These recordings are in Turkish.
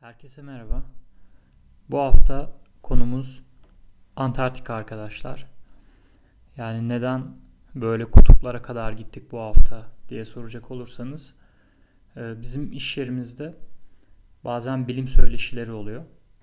Herkese merhaba. Bu hafta konumuz Antarktika arkadaşlar. Yani neden böyle kutuplara kadar gittik bu hafta diye soracak olursanız bizim iş yerimizde bazen bilim söyleşileri oluyor.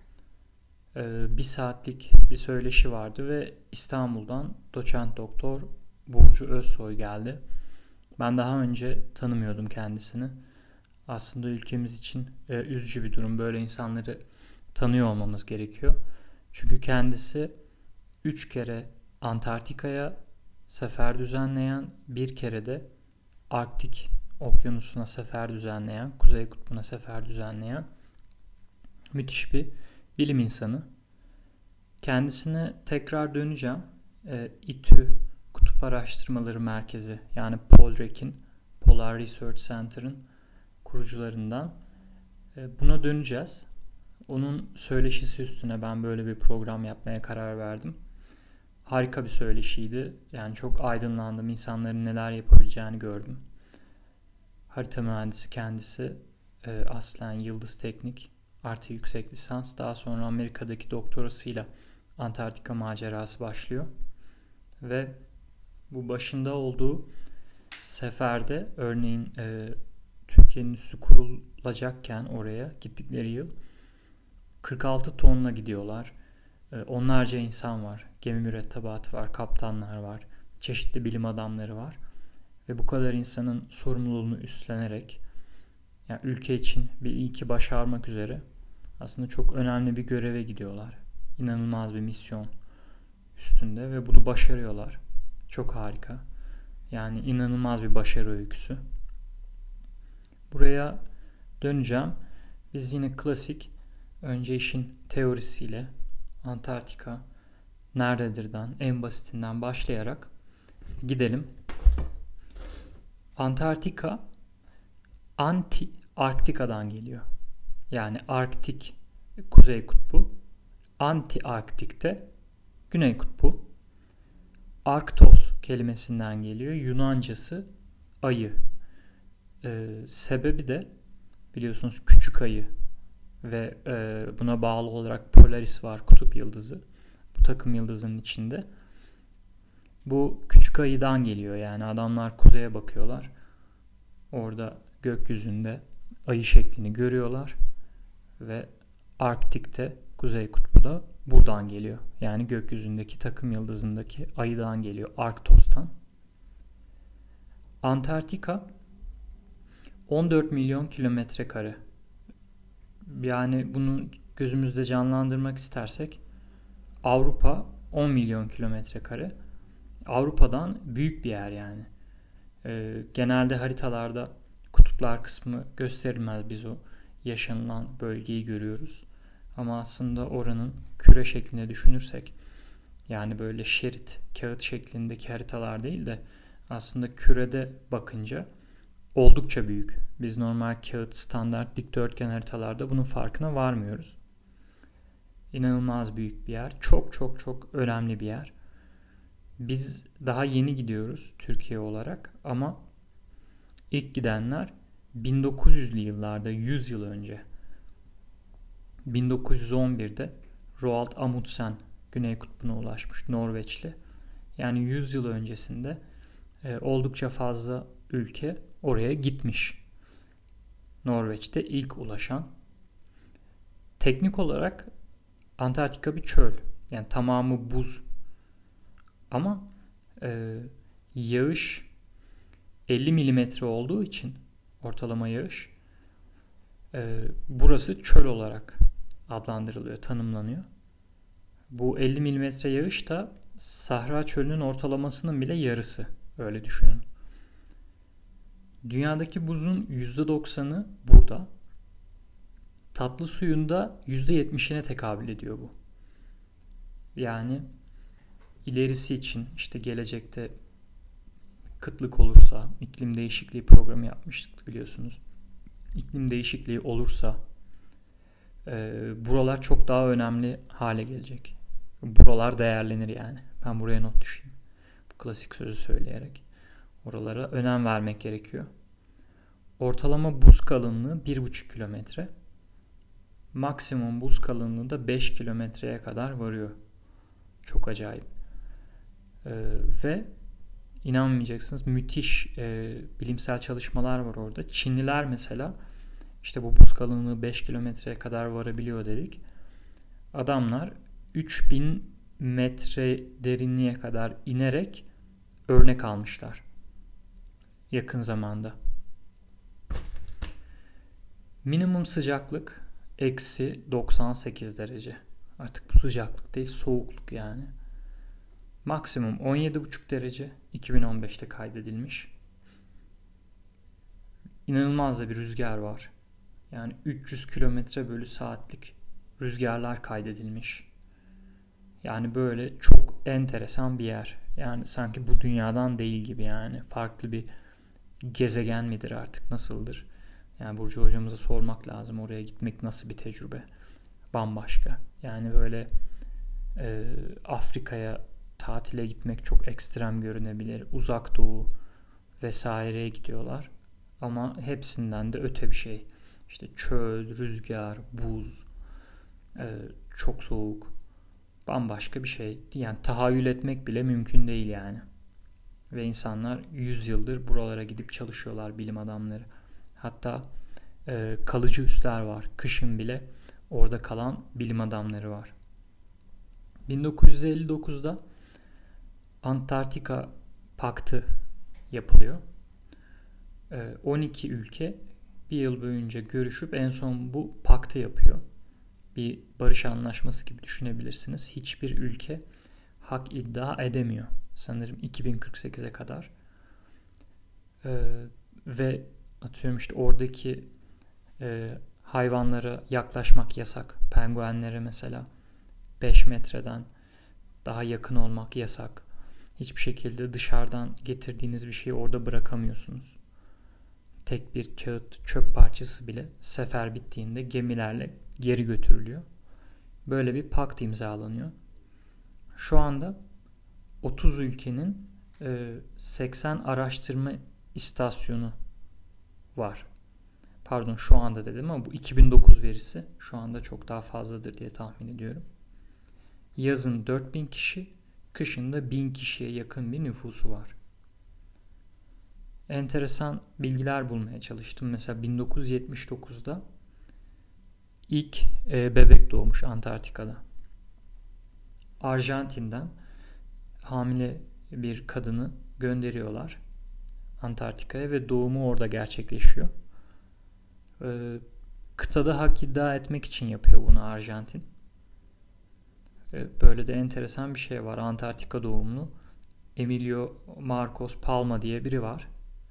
Bir saatlik bir söyleşi vardı ve İstanbul'dan doçent doktor Burcu Özsoy geldi. Ben daha önce tanımıyordum kendisini. Aslında ülkemiz için üzücü bir durum. Böyle insanları tanıyor olmamız gerekiyor. Çünkü kendisi 3 kere Antarktika'ya sefer düzenleyen, bir kere de Arktik Okyanusu'na sefer düzenleyen, Kuzey Kutbu'na sefer düzenleyen müthiş bir bilim insanı. Kendisine tekrar döneceğim. İTÜ Kutup Araştırmaları Merkezi yani POLREC'in, Polar Research Center'ın kurucularından. Buna döneceğiz. Onun söyleşisi üstüne ben böyle bir program yapmaya karar verdim. Harika bir söyleşiydi. Yani çok aydınlandım. İnsanların neler yapabileceğini gördüm. Harita mühendisi kendisi. Aslen Yıldız Teknik artı yüksek lisans. Daha sonra Amerika'daki doktorasıyla Antarktika macerası başlıyor. Ve bu başında olduğu seferde örneğin Türkiye'nin üssü kurulacakken oraya gittikleri yıl 46 tonla gidiyorlar. Onlarca insan var. Gemi mürettebatı var, kaptanlar var, çeşitli bilim adamları var. Ve bu kadar insanın sorumluluğunu üstlenerek yani ülke için bir ilki başarmak üzere aslında çok önemli bir göreve gidiyorlar. İnanılmaz bir misyon üstünde ve bunu başarıyorlar. Çok harika. Yani inanılmaz bir başarı öyküsü. Buraya döneceğim. Biz yine klasik önce işin teorisiyle Antarktika nerededir'den en basitinden başlayarak gidelim. Antarktika anti-Arktika'dan geliyor. Yani Arktik Kuzey Kutbu, anti-Arktik'te Güney Kutbu. Arktos kelimesinden geliyor. Yunancası ayı. Sebebi de biliyorsunuz küçük ayı ve buna bağlı olarak Polaris var, kutup yıldızı. Bu takım yıldızının içinde. Bu küçük ayıdan geliyor. Yani adamlar kuzeye bakıyorlar. Orada gökyüzünde ayı şeklini görüyorlar. Ve Arktik'te Kuzey Kutbu'da buradan geliyor. Yani gökyüzündeki takım yıldızındaki ayıdan geliyor. Arktos'tan. Antarktika 14 milyon kilometre kare. Yani bunu gözümüzde canlandırmak istersek Avrupa 10 milyon kilometre kare. Avrupa'dan büyük bir yer yani. Genelde haritalarda kutuplar kısmı gösterilmez. Biz o yaşanılan bölgeyi görüyoruz. Ama aslında oranın küre şeklinde düşünürsek yani böyle şerit, kağıt şeklindeki haritalar değil de aslında kürede bakınca oldukça büyük. Biz normal kağıt, standart dikdörtgen haritalarda bunun farkına varmıyoruz. İnanılmaz büyük bir yer. Çok çok çok önemli bir yer. Biz daha yeni gidiyoruz Türkiye olarak ama ilk gidenler 1900'lü yıllarda 100 yıl önce 1911'de Roald Amundsen Güney Kutbu'na ulaşmış, Norveçli. Yani 100 yıl öncesinde oldukça fazla ülke oraya gitmiş. Norveç'te ilk ulaşan. Teknik olarak Antarktika bir çöl. Yani tamamı buz. Ama yağış 50 milimetre olduğu için ortalama yağış burası çöl olarak adlandırılıyor, tanımlanıyor. Bu 50 milimetre yağış da Sahra Çölü'nün ortalamasının bile yarısı. Öyle düşünün. Dünyadaki buzun %90'ı burada. Tatlı suyun da %70'ine tekabül ediyor bu. Yani ilerisi için işte gelecekte kıtlık olursa, iklim değişikliği programı yapmıştık biliyorsunuz. İklim değişikliği olursa buralar çok daha önemli hale gelecek. Buralar değerlenir yani. Ben buraya not düşeyim. Bu klasik sözü söyleyerek. Oralara önem vermek gerekiyor. Ortalama buz kalınlığı 1,5 kilometre. maksimum buz kalınlığı da 5 kilometreye kadar varıyor. Çok acayip. Ve inanmayacaksınız, müthiş bilimsel çalışmalar var orada. Çinliler mesela işte bu buz kalınlığı 5 kilometreye kadar varabiliyor dedik. Adamlar 3000 metre derinliğe kadar inerek örnek almışlar yakın zamanda. Minimum sıcaklık eksi 98 derece. Artık bu sıcaklık değil, soğukluk yani. Maksimum 17,5 derece 2015'te kaydedilmiş. İnanılmaz da bir rüzgar var. Yani 300 kilometre bölü saatlik rüzgarlar kaydedilmiş. Yani böyle çok enteresan bir yer. Yani sanki bu dünyadan değil gibi yani. Farklı bir gezegen midir artık, nasıldır? Yani Burcu hocamıza sormak lazım. Oraya gitmek nasıl bir tecrübe? Bambaşka. Yani böyle Afrika'ya tatile gitmek çok ekstrem görünebilir. Uzak Doğu vesaireye gidiyorlar. Ama hepsinden de öte bir şey. İşte çöl, rüzgar, buz, çok soğuk. Bambaşka bir şey. Yani tahayyül etmek bile mümkün değil yani. Ve insanlar 100 yıldır buralara gidip çalışıyorlar, bilim adamları. Hatta kalıcı üsler var. Kışın bile orada kalan bilim adamları var. 1959'da Antarktika Paktı yapılıyor. 12 ülke bir yıl boyunca görüşüp en son bu paktı yapıyor. Bir barış anlaşması gibi düşünebilirsiniz. Hiçbir ülke hak iddia edemiyor. Sanırım 2048'e kadar. Ve atıyorum işte oradaki hayvanlara yaklaşmak yasak. Penguenlere mesela 5 metreden daha yakın olmak yasak. Hiçbir şekilde dışarıdan getirdiğiniz bir şeyi orada bırakamıyorsunuz. Tek bir kağıt çöp parçası bile sefer bittiğinde gemilerle geri götürülüyor. Böyle bir pakt imzalanıyor. Şu anda 30 ülkenin 80 araştırma istasyonu var. Pardon, şu anda dedim ama bu 2009 verisi. Şu anda çok daha fazladır diye tahmin ediyorum. Yazın 4000 kişi, kışın da 1000 kişiye yakın bir nüfusu var. Enteresan bilgiler bulmaya çalıştım. Mesela 1979'da ilk bebek doğmuş Antarktika'da. Arjantin'den hamile bir kadını gönderiyorlar Antarktika'ya ve doğumu orada gerçekleşiyor. Kıtada hak iddia etmek için yapıyor bunu Arjantin. Böyle de enteresan bir şey var. Antarktika doğumlu Emilio Marcos Palma diye biri var.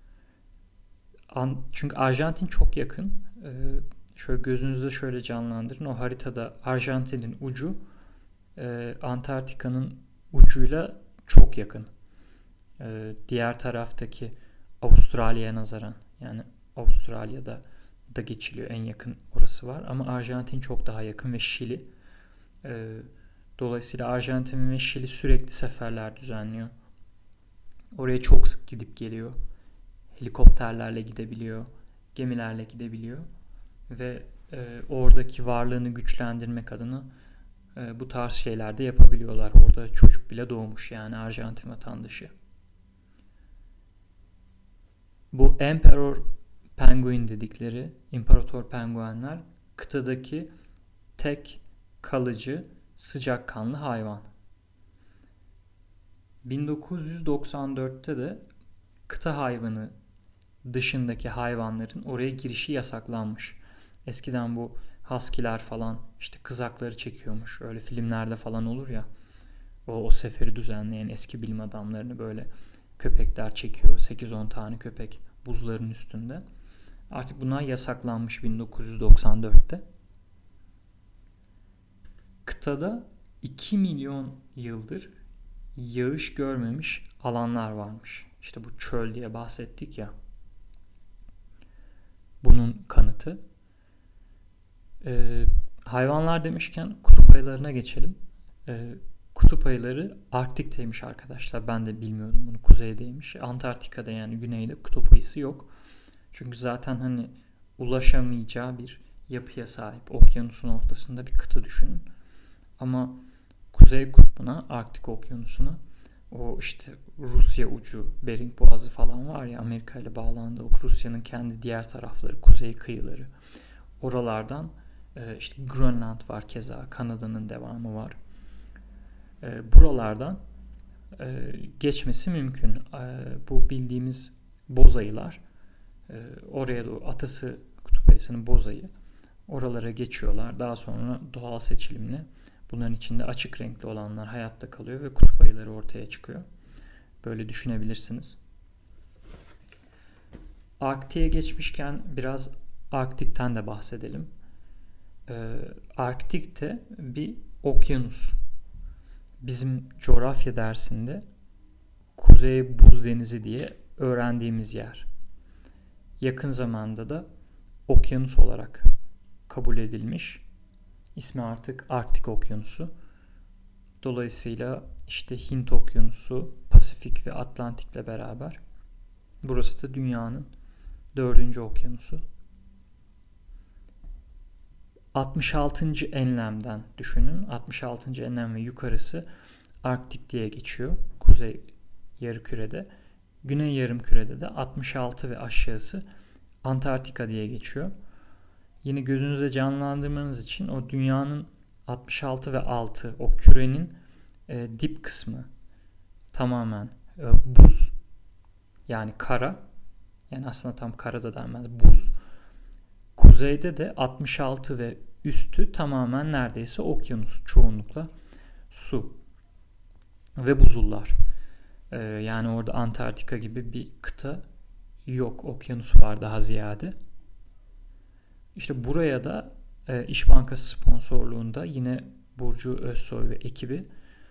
Çünkü Arjantin çok yakın. Şöyle gözünüzde şöyle canlandırın. O haritada Arjantin'in ucu Antarktika'nın ucuyla çok yakın. Diğer taraftaki Avustralya'ya nazaran. Yani Avustralya'da da geçiliyor. En yakın orası var. Ama Arjantin çok daha yakın ve Şili. Dolayısıyla Arjantin ve Şili sürekli seferler düzenliyor. Oraya çok sık gidip geliyor. Helikopterlerle gidebiliyor. Gemilerle gidebiliyor. Ve oradaki varlığını güçlendirmek adına bu tarz şeyler de yapabiliyorlar. Orada çocuk bile doğmuş yani Arjantin vatandaşı. Bu Emperor Penguin dedikleri imparator penguenler kıtadaki tek kalıcı sıcakkanlı hayvan. 1994'te de kıta hayvanı dışındaki hayvanların oraya girişi yasaklanmış. Eskiden bu husky'ler falan işte kızakları çekiyormuş. Öyle filmlerde falan olur ya. O seferi düzenleyen eski bilim adamlarını böyle köpekler çekiyor. 8-10 tane köpek buzların üstünde. Artık bunlar yasaklanmış 1994'te. Kıtada 2 milyon yıldır yağış görmemiş alanlar varmış. İşte bu çöl diye bahsettik ya. Bunun kanıtı. Hayvanlar demişken kutup ayılarına geçelim. Kutup ayıları Arktik'teymiş arkadaşlar. Ben de bilmiyordum bunu. Kuzeydeymiş. Antarktika'da yani güneyde kutup ayısı yok. Çünkü zaten hani ulaşamayacağı bir yapıya sahip. Okyanusun ortasında bir kıta düşünün. Ama Kuzey Kutbu'na, Arktik Okyanusu'na, o işte Rusya ucu, Bering Boğazı falan var ya, Amerika ile bağlandığı o Rusya'nın kendi diğer tarafları, kuzey kıyıları. Oralardan işte Grönland var keza, Kanada'nın devamı var. Buralardan geçmesi mümkün. Bu bildiğimiz bozayılar, oraya doğru atası kutup ayısının bozayı, oralara geçiyorlar. Daha sonra doğal seçilimle bunların içinde açık renkli olanlar hayatta kalıyor ve kutup ayıları ortaya çıkıyor. Böyle düşünebilirsiniz. Arktik'e geçmişken biraz Arktik'ten de bahsedelim. Arktik de bir okyanus. Bizim coğrafya dersinde Kuzey Buz Denizi diye öğrendiğimiz yer. Yakın zamanda da okyanus olarak kabul edilmiş. İsmi artık Arktik Okyanusu. Dolayısıyla işte Hint Okyanusu, Pasifik ve Atlantik'le beraber burası da dünyanın 4. okyanusu. 66. enlemden düşünün. 66. enlem ve yukarısı Arktik diye geçiyor. Kuzey yarımkürede. Güney yarımkürede de 66 ve aşağısı Antarktika diye geçiyor. Yine gözünüzde canlandırmanız için o dünyanın 66 ve altı, o kürenin dip kısmı tamamen buz, yani kara, yani aslında tam kara da denmez, buz. Kuzeyde de 66 ve üstü tamamen neredeyse okyanus, çoğunlukla su ve buzullar. Yani orada Antarktika gibi bir kıta yok, okyanus var daha ziyade. İşte buraya da İş Bankası sponsorluğunda yine Burcu Özsoy ve ekibi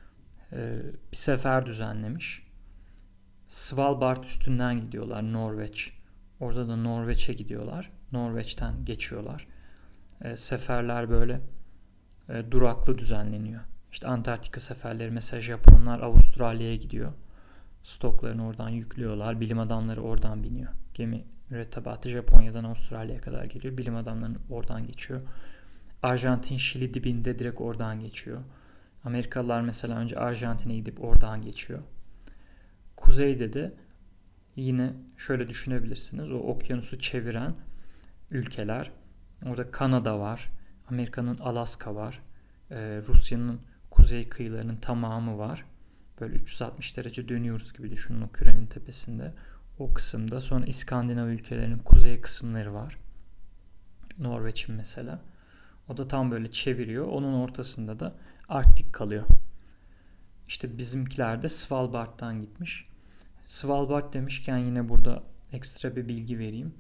bir sefer düzenlemiş. Svalbard üstünden gidiyorlar, Norveç. Orada da Norveç'e gidiyorlar. Norveç'ten geçiyorlar. Seferler böyle duraklı düzenleniyor. İşte Antarktika seferleri, mesela Japonlar Avustralya'ya gidiyor. Stoklarını oradan yüklüyorlar. Bilim adamları oradan biniyor. Gemi mürettebatı Japonya'dan Avustralya'ya kadar geliyor. Bilim adamları oradan geçiyor. Arjantin, Şili dibinde direkt oradan geçiyor. Amerikalılar mesela önce Arjantin'e gidip oradan geçiyor. Kuzeyde de yine şöyle düşünebilirsiniz. O okyanusu çeviren ülkeler. Orada Kanada var. Amerika'nın Alaska var. Rusya'nın kuzey kıyılarının tamamı var. Böyle 360 derece dönüyoruz gibi düşünün o kürenin tepesinde. O kısımda. Sonra İskandinav ülkelerinin kuzey kısımları var. Norveç'in mesela. O da tam böyle çeviriyor. Onun ortasında da Arktik kalıyor. İşte bizimkiler de Svalbard'dan gitmiş. Svalbard demişken yine burada ekstra bir bilgi vereyim.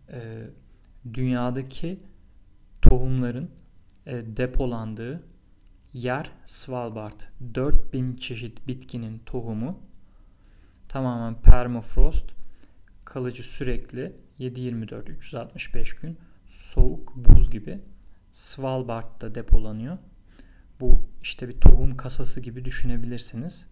Dünyadaki tohumların depolandığı yer Svalbard. 4000 çeşit bitkinin tohumu tamamen permafrost, kalıcı, sürekli 7/24 365 gün soğuk buz gibi Svalbard'da depolanıyor. Bu işte bir tohum kasası gibi düşünebilirsiniz.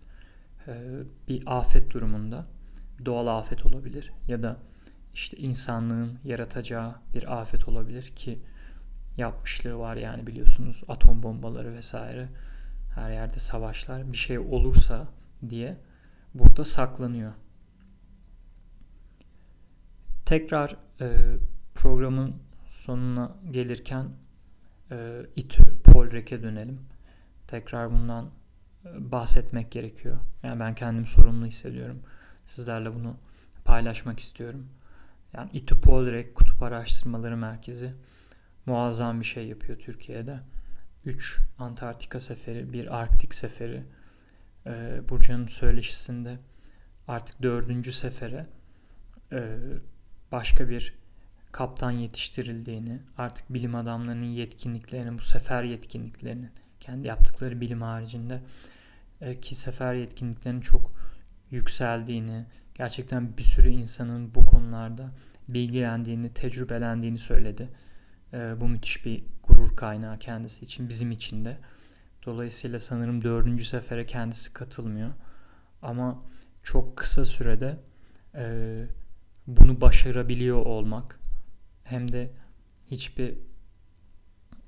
Bir afet durumunda, doğal afet olabilir ya da işte insanlığın yaratacağı bir afet olabilir ki yapmışlığı var, yani biliyorsunuz, atom bombaları vesaire, her yerde savaşlar, bir şey olursa diye burada saklanıyor. Tekrar programın sonuna gelirken İTÜ Polrek'e dönelim. Tekrar bundan bahsetmek gerekiyor. Yani ben kendimi sorumlu hissediyorum. Sizlerle bunu paylaşmak istiyorum. Yani İTÜ Polrek Kutup Araştırmaları Merkezi muazzam bir şey yapıyor Türkiye'de. 3 Antarktika seferi, 1 Arktik seferi. Burcu'nun söyleşisinde artık 4. sefere başka bir kaptan yetiştirildiğini, artık bilim adamlarının yetkinliklerinin, bu sefer yetkinliklerinin, kendi yaptıkları bilim haricinde ki sefer yetkinliklerinin çok yükseldiğini, gerçekten bir sürü insanın bu konularda bilgilendiğini, tecrübelendiğini söyledi. Bu müthiş bir gurur kaynağı kendisi için, bizim için de. Dolayısıyla sanırım 4. sefere kendisi katılmıyor. Ama çok kısa sürede bunu başarabiliyor olmak, hem de hiçbir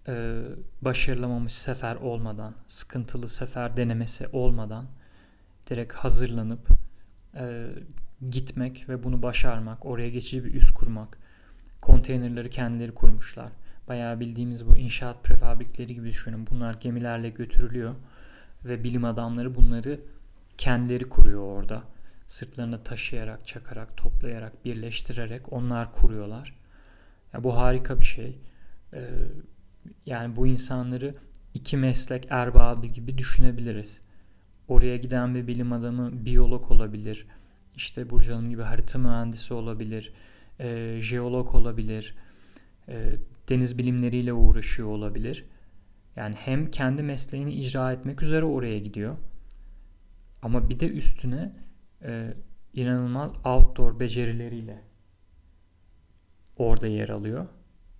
başarılamamış sefer olmadan, sıkıntılı sefer denemesi olmadan direkt hazırlanıp gitmek ve bunu başarmak, oraya geçici bir üs kurmak. Konteynerleri kendileri kurmuşlar. Bayağı bildiğimiz bu inşaat prefabrikleri gibi düşünün. Bunlar gemilerle götürülüyor ve bilim adamları bunları kendileri kuruyor orada. Sırtlarına taşıyarak, çakarak, toplayarak, birleştirerek onlar kuruyorlar. Yani bu harika bir şey. Yani bu insanları iki meslek erbabı gibi düşünebiliriz. Oraya giden bir bilim adamı biyolog olabilir. İşte Burcu Hanım gibi harita mühendisi olabilir. Jeolog olabilir. Deniz bilimleriyle uğraşıyor olabilir. Yani hem kendi mesleğini icra etmek üzere oraya gidiyor. Ama bir de üstüne inanılmaz outdoor becerileriyle orada yer alıyor.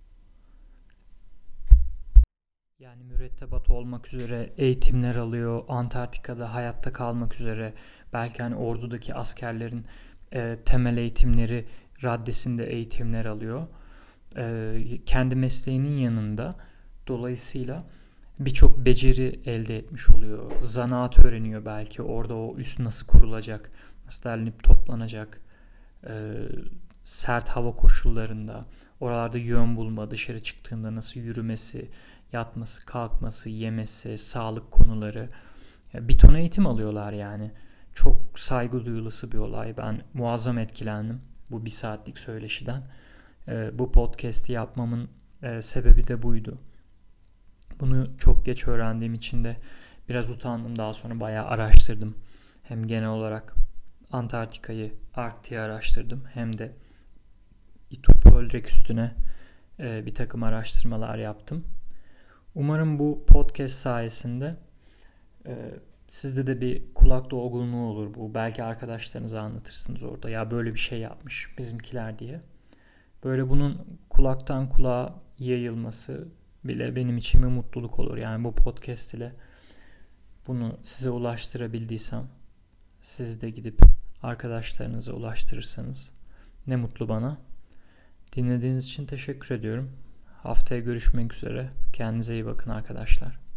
Yani mürettebat olmak üzere eğitimler alıyor. Antarktika'da hayatta kalmak üzere belki hani ordudaki askerlerin temel eğitimleri raddesinde eğitimler alıyor. Kendi mesleğinin yanında dolayısıyla birçok beceri elde etmiş oluyor. Zanaat öğreniyor belki. Orada o üs nasıl kurulacak, nasıl derlenip toplanacak, sert hava koşullarında, oralarda yön bulma, dışarı çıktığında nasıl yürümesi, yatması, kalkması, yemesi, sağlık konuları. Bir ton eğitim alıyorlar yani. Çok saygı duyulası bir olay. Ben muazzam etkilendim bu bir saatlik söyleşiden. Bu podcast'i yapmamın sebebi de buydu. Bunu çok geç öğrendiğim için de biraz utandım. Daha sonra bayağı araştırdım. Hem genel olarak Antarktika'yı, Arktik'i araştırdım. Hem de İtupolrek üstüne bir takım araştırmalar yaptım. Umarım bu podcast sayesinde sizde de bir kulak dolgunluğu olur bu. Belki arkadaşlarınıza anlatırsınız orada. Ya böyle bir şey yapmış bizimkiler diye. Böyle bunun kulaktan kulağa yayılması bile benim için bir mutluluk olur. Yani bu podcast ile bunu size ulaştırabildiysem, siz de gidip arkadaşlarınıza ulaştırırsanız ne mutlu bana. Dinlediğiniz için teşekkür ediyorum. Haftaya görüşmek üzere. Kendinize iyi bakın arkadaşlar.